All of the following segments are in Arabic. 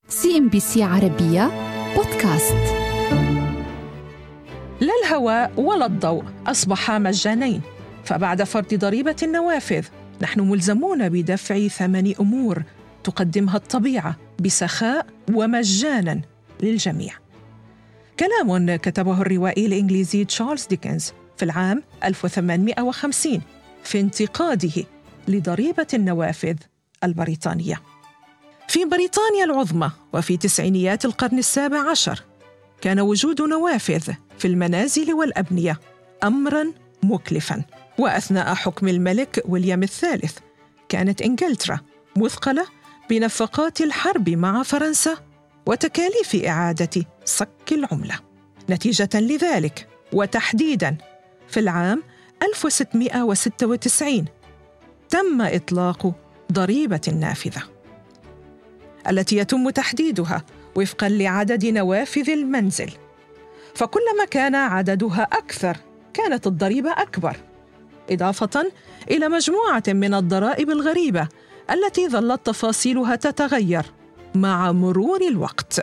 CMBC عربية بودكاست. لا الهواء ولا الضوء أصبحا مجانين، فبعد فرض ضريبة النوافذ نحن ملزمون بدفع 8 أمور تقدمها الطبيعة بسخاء ومجاناً للجميع. كلام كتبه الروائي الإنجليزي تشارلز ديكنز في العام 1850 في انتقاده لضريبة النوافذ البريطانية. في بريطانيا العظمى وفي تسعينيات القرن 17 كان وجود نوافذ في المنازل والأبنية أمراً مكلفاً، وأثناء حكم الملك ويليام الثالث كانت إنجلترا مثقلة بنفقات الحرب مع فرنسا وتكاليف إعادة صك العملة. نتيجة لذلك وتحديداً في العام 1696 تم إطلاق ضريبة النافذة التي يتم تحديدها وفقاً لعدد نوافذ المنزل، فكلما كان عددها أكثر كانت الضريبة أكبر، إضافة إلى مجموعة من الضرائب الغريبة التي ظلت تفاصيلها تتغير مع مرور الوقت.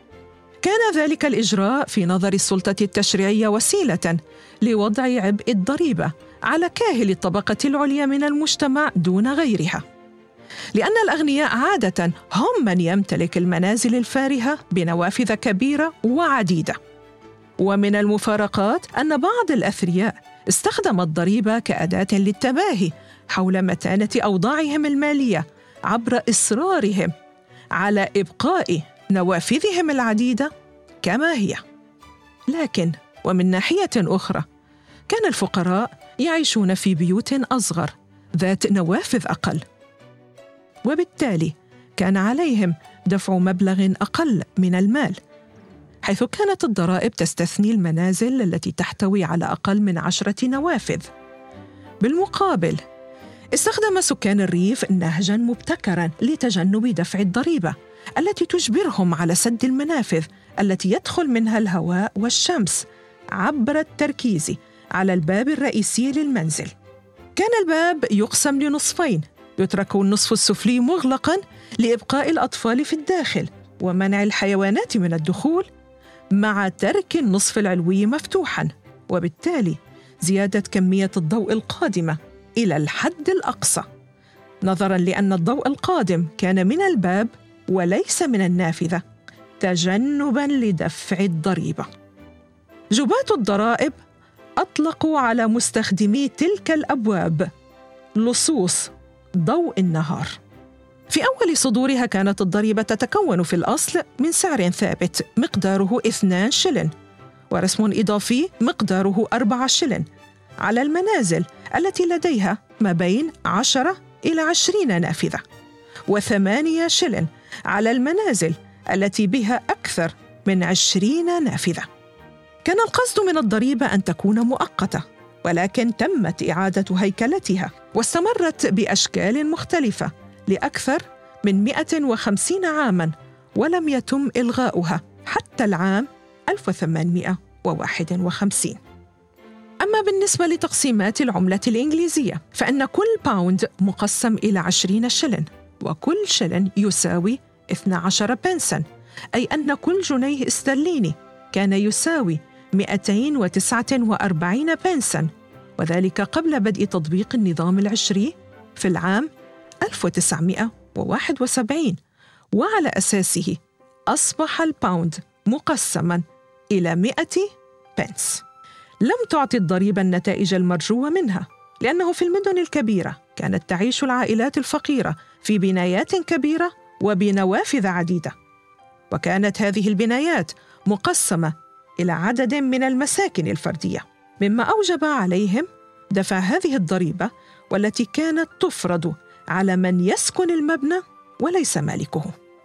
كان ذلك الإجراء في نظر السلطة التشريعية وسيلة لوضع عبء الضريبة على كاهل الطبقة العليا من المجتمع دون غيرها، لأن الأغنياء عادة هم من يمتلك المنازل الفارهة بنوافذ كبيرة وعديدة. ومن المفارقات أن بعض الأثرياء استخدم الضريبة كأداة للتباهي حول متانة أوضاعهم المالية عبر إصرارهم على إبقاء نوافذهم العديدة كما هي. لكن ومن ناحية أخرى كان الفقراء يعيشون في بيوت أصغر ذات نوافذ أقل، وبالتالي كان عليهم دفع مبلغ أقل من المال، حيث كانت الضرائب تستثني المنازل التي تحتوي على أقل من 10 نوافذ. بالمقابل استخدم سكان الريف نهجاً مبتكراً لتجنب دفع الضريبة التي تجبرهم على سد المنافذ التي يدخل منها الهواء والشمس عبر التركيز على الباب الرئيسي للمنزل. كان الباب يقسم لنصفين، يترك النصف السفلي مغلقاً لإبقاء الأطفال في الداخل ومنع الحيوانات من الدخول، مع ترك النصف العلوي مفتوحاً، وبالتالي زيادة كمية الضوء القادمة إلى الحد الأقصى، نظراً لأن الضوء القادم كان من الباب وليس من النافذة، تجنباً لدفع الضريبة. جباة الضرائب أطلقوا على مستخدمي تلك الأبواب لصوص ضوء النهار. في أول صدورها كانت الضريبة تتكون في الأصل من سعر ثابت مقداره 2 شلن ورسم إضافي مقداره 4 شلن على المنازل التي لديها ما بين 10 إلى 20 نافذة، و8 شلن على المنازل التي بها أكثر من 20 نافذة. كان القصد من الضريبة أن تكون مؤقتة، ولكن تمت إعادة هيكلتها واستمرت بأشكال مختلفة لأكثر من 150 عاماً، ولم يتم إلغاؤها حتى العام 1851. أما بالنسبة لتقسيمات العملة الإنجليزية فإن كل باوند مقسم إلى 20 شلن، وكل شلن يساوي 12 بنساً، أي أن كل جنيه استرليني كان يساوي 249 بنساً، وذلك قبل بدء تطبيق النظام العشري في العام 1971، وعلى أساسه أصبح الباوند مقسماً إلى 100 بنس. لم تعطي الضريبة النتائج المرجوة منها، لأنه في المدن الكبيرة كانت تعيش العائلات الفقيرة في بنايات كبيرة وبنوافذ عديدة، وكانت هذه البنايات مقسمة إلى عدد من المساكن الفردية، مما أوجب عليهم دفع هذه الضريبة، والتي كانت تفرض على من يسكن المبنى وليس مالكه.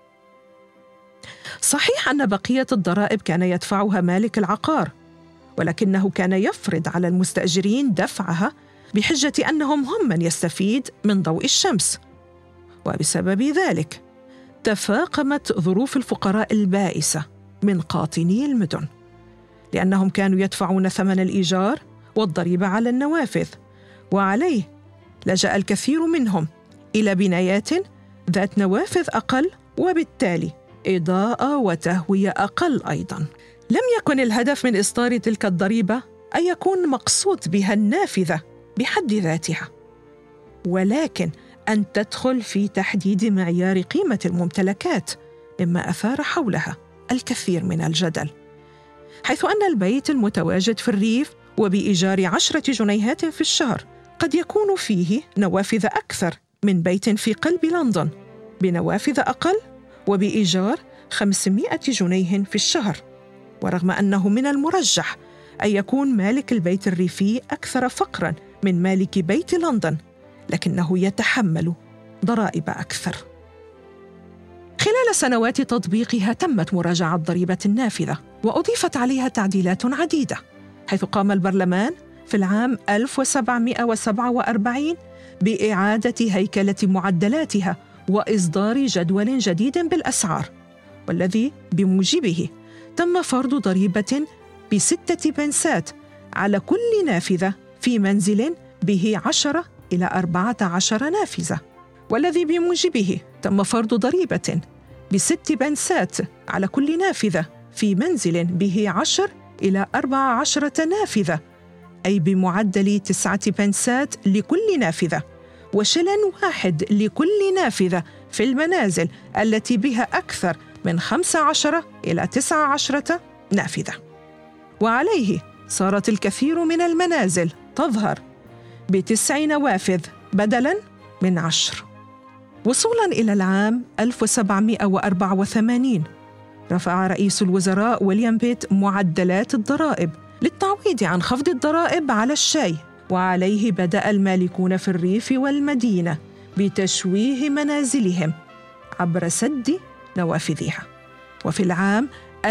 صحيح أن بقية الضرائب كان يدفعها مالك العقار، ولكنه كان يفرض على المستأجرين دفعها بحجة أنهم هم من يستفيد من ضوء الشمس، وبسبب ذلك تفاقمت ظروف الفقراء البائسة من قاطني المدن، لأنهم كانوا يدفعون ثمن الإيجار والضريبة على النوافذ، وعليه لجأ الكثير منهم إلى بنايات ذات نوافذ أقل، وبالتالي إضاءة وتهوية أقل أيضاً. لم يكن الهدف من إصدار تلك الضريبة أن يكون مقصود بها النافذة بحد ذاتها، ولكن أن تدخل في تحديد معيار قيمة الممتلكات، مما أثار حولها الكثير من الجدل، حيث أن البيت المتواجد في الريف وبإيجار 10 جنيهات في الشهر قد يكون فيه نوافذ أكثر من بيت في قلب لندن بنوافذ أقل وبإيجار 500 جنيه في الشهر. ورغم أنه من المرجح أن يكون مالك البيت الريفي أكثر فقراً من مالك بيت لندن، لكنه يتحمل ضرائب أكثر. خلال سنوات تطبيقها تمت مراجعة ضريبة النافذة وأضيفت عليها تعديلات عديدة، حيث قام البرلمان في العام 1747 بإعادة هيكلة معدلاتها وإصدار جدول جديد بالأسعار، والذي بموجبه تم فرض ضريبة ب6 بنسات على كل نافذة في منزل به 10 إلى 14 نافذة، والذي بموجبه تم فرض ضريبة ب6 بنسات على كل نافذة في منزل به 10 إلى 14 نافذة، أي بمعدل 9 بنسات لكل نافذة، وشلن واحد لكل نافذة في المنازل التي بها أكثر من 15 إلى 19 نافذة. وعليه صارت الكثير من المنازل تظهر ب9 نوافذ بدلاً من 10. وصولاً إلى العام 1784 رفع رئيس الوزراء ويليام بيت معدلات الضرائب للتعويض عن خفض الضرائب على الشاي، وعليه بدأ المالكون في الريف والمدينة بتشويه منازلهم عبر سد نوافذها. وفي العام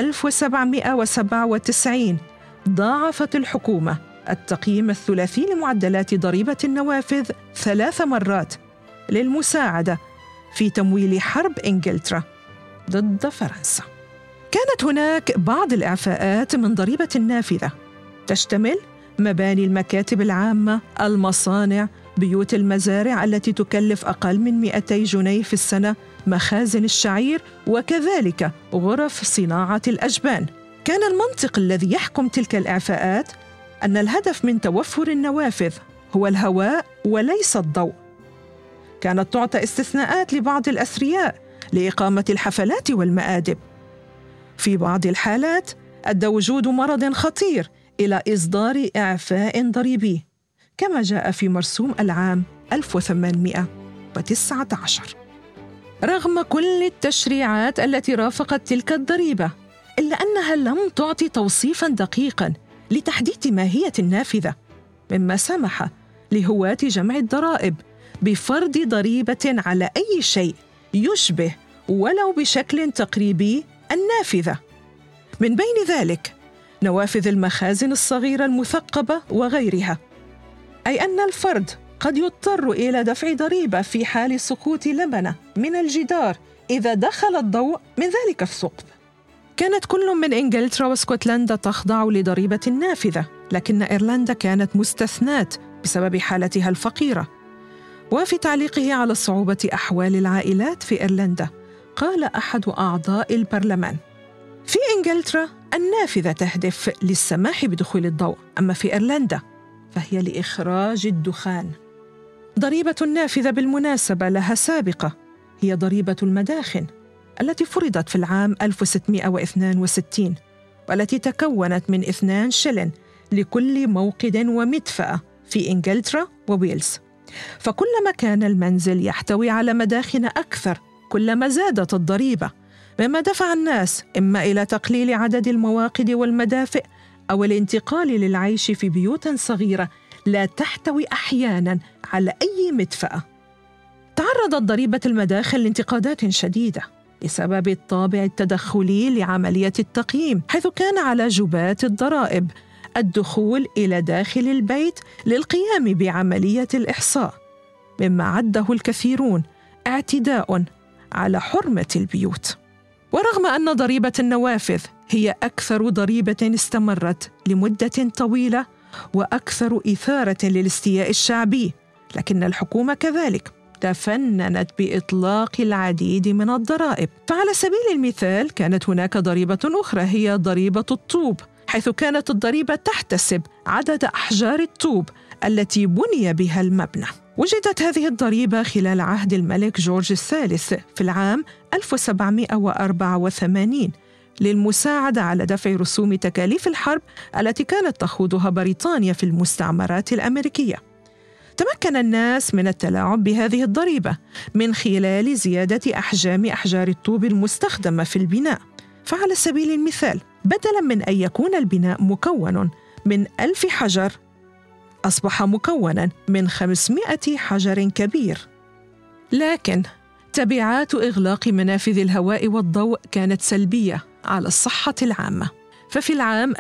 1797 ضاعفت الحكومة التقييم الثلاثي لمعدلات ضريبة النوافذ 3 مرات للمساعدة في تمويل حرب إنجلترا ضد فرنسا. كانت هناك بعض الإعفاءات من ضريبة النافذة تشتمل مباني المكاتب العامة، المصانع، بيوت المزارع التي تكلف أقل من 200 جنيه في السنة، مخازن الشعير، وكذلك غرف صناعة الأجبان. كان المنطق الذي يحكم تلك الإعفاءات أن الهدف من توفر النوافذ هو الهواء وليس الضوء. كانت تعطى استثناءات لبعض الأثرياء لإقامة الحفلات والمآدب. في بعض الحالات أدى وجود مرض خطير إلى إصدار إعفاء ضريبي، كما جاء في مرسوم العام 1819. رغم كل التشريعات التي رافقت تلك الضريبة، إلا أنها لم تعطي توصيفاً دقيقاً لتحديد ماهية النافذة، مما سمح لهواة جمع الضرائب بفرض ضريبة على أي شيء يشبه ولو بشكل تقريبي النافذة، من بين ذلك نوافذ المخازن الصغيرة المثقبة وغيرها، أي أن الفرد قد يضطر إلى دفع ضريبة في حال سقوط لبنة من الجدار إذا دخل الضوء من ذلك الثقب. كانت كل من إنجلترا واسكتلندا تخضع لضريبة النافذة، لكن إيرلندا كانت مستثناة بسبب حالتها الفقيرة. وفي تعليقه على صعوبة أحوال العائلات في إيرلندا، قال أحد أعضاء البرلمان: في إنجلترا النافذة تهدف للسماح بدخول الضوء، أما في إيرلندا فهي لإخراج الدخان. ضريبة النافذة بالمناسبة لها سابقة، هي ضريبة المداخن التي فرضت في العام 1662، والتي تكونت من 2 شلن لكل موقد ومدفأة في إنجلترا وويلز. فكلما كان المنزل يحتوي على مداخن أكثر كلما زادت الضريبة، مما دفع الناس إما إلى تقليل عدد المواقد والمدافئ أو الانتقال للعيش في بيوت صغيرة لا تحتوي أحياناً على أي مدفأة. تعرضت ضريبة المداخن لانتقادات شديدة بسبب الطابع التدخلي لعملية التقييم، حيث كان على جباة الضرائب الدخول إلى داخل البيت للقيام بعملية الإحصاء، مما عده الكثيرون اعتداء على حرمة البيوت. ورغم أن ضريبة النوافذ هي أكثر ضريبة استمرت لمدة طويلة وأكثر إثارة للاستياء الشعبي، لكن الحكومة كذلك تفننت بإطلاق العديد من الضرائب. فعلى سبيل المثال كانت هناك ضريبة أخرى هي ضريبة الطوب، حيث كانت الضريبة تحتسب عدد أحجار الطوب التي بني بها المبنى. وجدت هذه الضريبة خلال عهد الملك جورج الثالث في العام 1784 للمساعدة على دفع رسوم تكاليف الحرب التي كانت تخوضها بريطانيا في المستعمرات الأمريكية. تمكن الناس من التلاعب بهذه الضريبة من خلال زيادة أحجار الطوب المستخدمة في البناء. فعلى سبيل المثال بدلاً من أن يكون البناء مكون من 1000 حجر أصبح مكوناً من 500 حجر كبير. لكن تبعات إغلاق منافذ الهواء والضوء كانت سلبية على الصحة العامة. ففي العام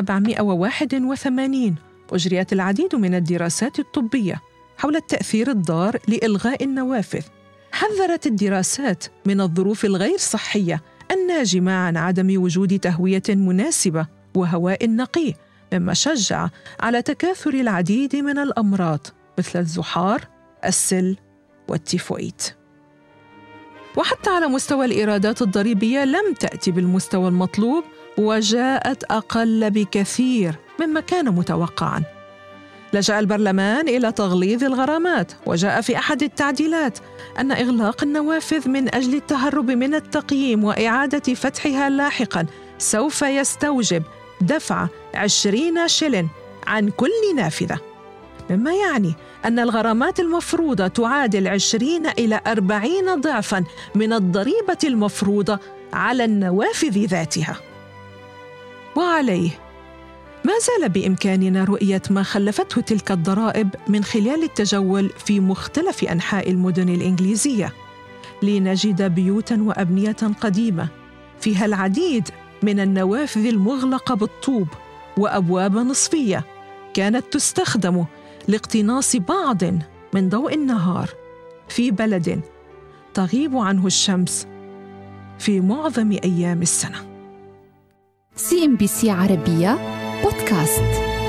1781 أجريت العديد من الدراسات الطبية حول التأثير الضار لإلغاء النوافذ. حذرت الدراسات من الظروف الغير صحية الناجمة عن عدم وجود تهوية مناسبة وهواء نقي، مما شجع على تكاثر العديد من الأمراض مثل الزحار، السل والتيفويد. وحتى على مستوى الإيرادات الضريبية لم تأتي بالمستوى المطلوب، وجاءت أقل بكثير مما كان متوقعاً. لجأ البرلمان إلى تغليظ الغرامات، وجاء في أحد التعديلات أن إغلاق النوافذ من أجل التهرب من التقييم وإعادة فتحها لاحقاً سوف يستوجب دفع 20 شلن عن كل نافذة، مما يعني أن الغرامات المفروضة تعادل 20 إلى 40 ضعفاً من الضريبة المفروضة على النوافذ ذاتها. وعليه ما زال بإمكاننا رؤية ما خلفته تلك الضرائب من خلال التجول في مختلف أنحاء المدن الإنجليزية، لنجد بيوتاً وأبنية قديمة فيها العديد من النوافذ المغلقة بالطوب وأبواب نصفية كانت تستخدم لاقتناص بعض من ضوء النهار في بلد تغيب عنه الشمس في معظم أيام السنة. CNBC عربية بودكاست.